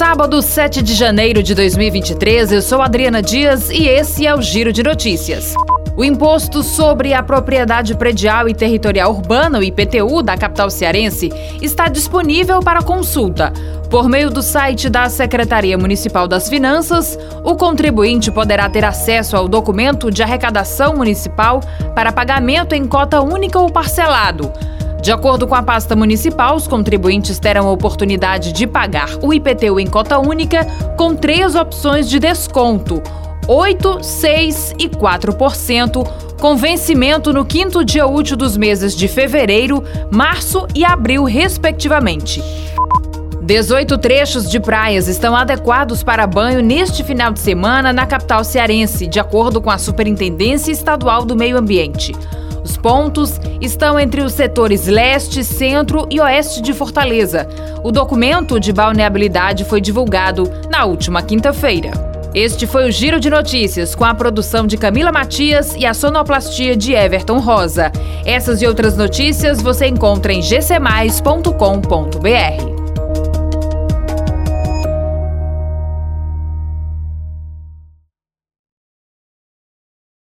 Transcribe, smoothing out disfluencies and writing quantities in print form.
Sábado, 7 de janeiro de 2023, eu sou Adriana Dias e esse é o Giro de Notícias. O Imposto sobre a Propriedade Predial e Territorial Urbana, o IPTU, da capital cearense, está disponível para consulta. Por meio do site da Secretaria Municipal das Finanças, o contribuinte poderá ter acesso ao documento de arrecadação municipal para pagamento em cota única ou parcelado. De acordo com a pasta municipal, os contribuintes terão a oportunidade de pagar o IPTU em cota única com 3 opções de desconto: 8%, 6% e 4%, com vencimento no 5º dia útil dos meses de fevereiro, março e abril, respectivamente. 18 trechos de praias estão adequados para banho neste final de semana na capital cearense, de acordo com a Superintendência Estadual do Meio Ambiente. Os pontos estão entre os setores leste, centro e oeste de Fortaleza. O documento de balneabilidade foi divulgado na última quinta-feira. Este foi o Giro de Notícias, com a produção de Camila Matias e a sonoplastia de Everton Rosa. Essas e outras notícias você encontra em gcmais.com.br.